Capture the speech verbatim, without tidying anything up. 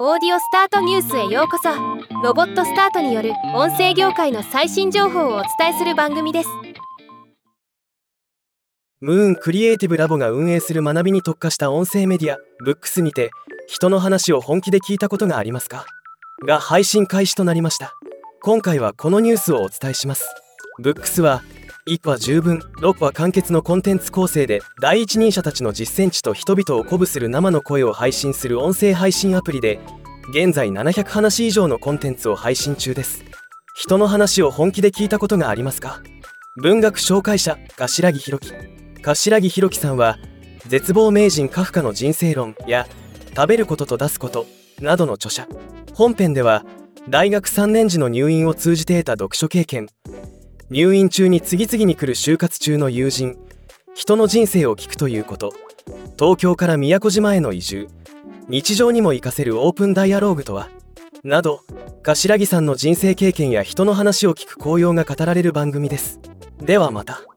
オーディオスタートニュースへようこそ。ロボットスタートによる音声業界の最新情報をお伝えする番組です。 ムーンクリエイティブラボが運営する学びに特化した音声メディアブックスにて、人の話を本気で聞いたことがありますかが配信開始となりました。今回はこのニュースをお伝えします。ブックスはいちわ十分ろくわ完結のコンテンツ構成で、第一人者たちの実践地と人々を鼓舞する生の声を配信する音声配信アプリで、現在ななひゃくはなし以上のコンテンツを配信中です。人の話を本気で聞いたことがありますか？文学紹介者頭木弘樹。頭木弘樹さんは絶望名人カフカの人生論や食べることと出すことなどの著者。本編では大学さんねん時の入院を通じて得た読書経験、入院中に次々に来る就活中の友人、人の人生を聞くということ、東京から宮古島への移住、日常にも活かせるオープンダイアローグとはなど、頭木さんの人生経験や人の話を聞く効用が語られる番組です。ではまた。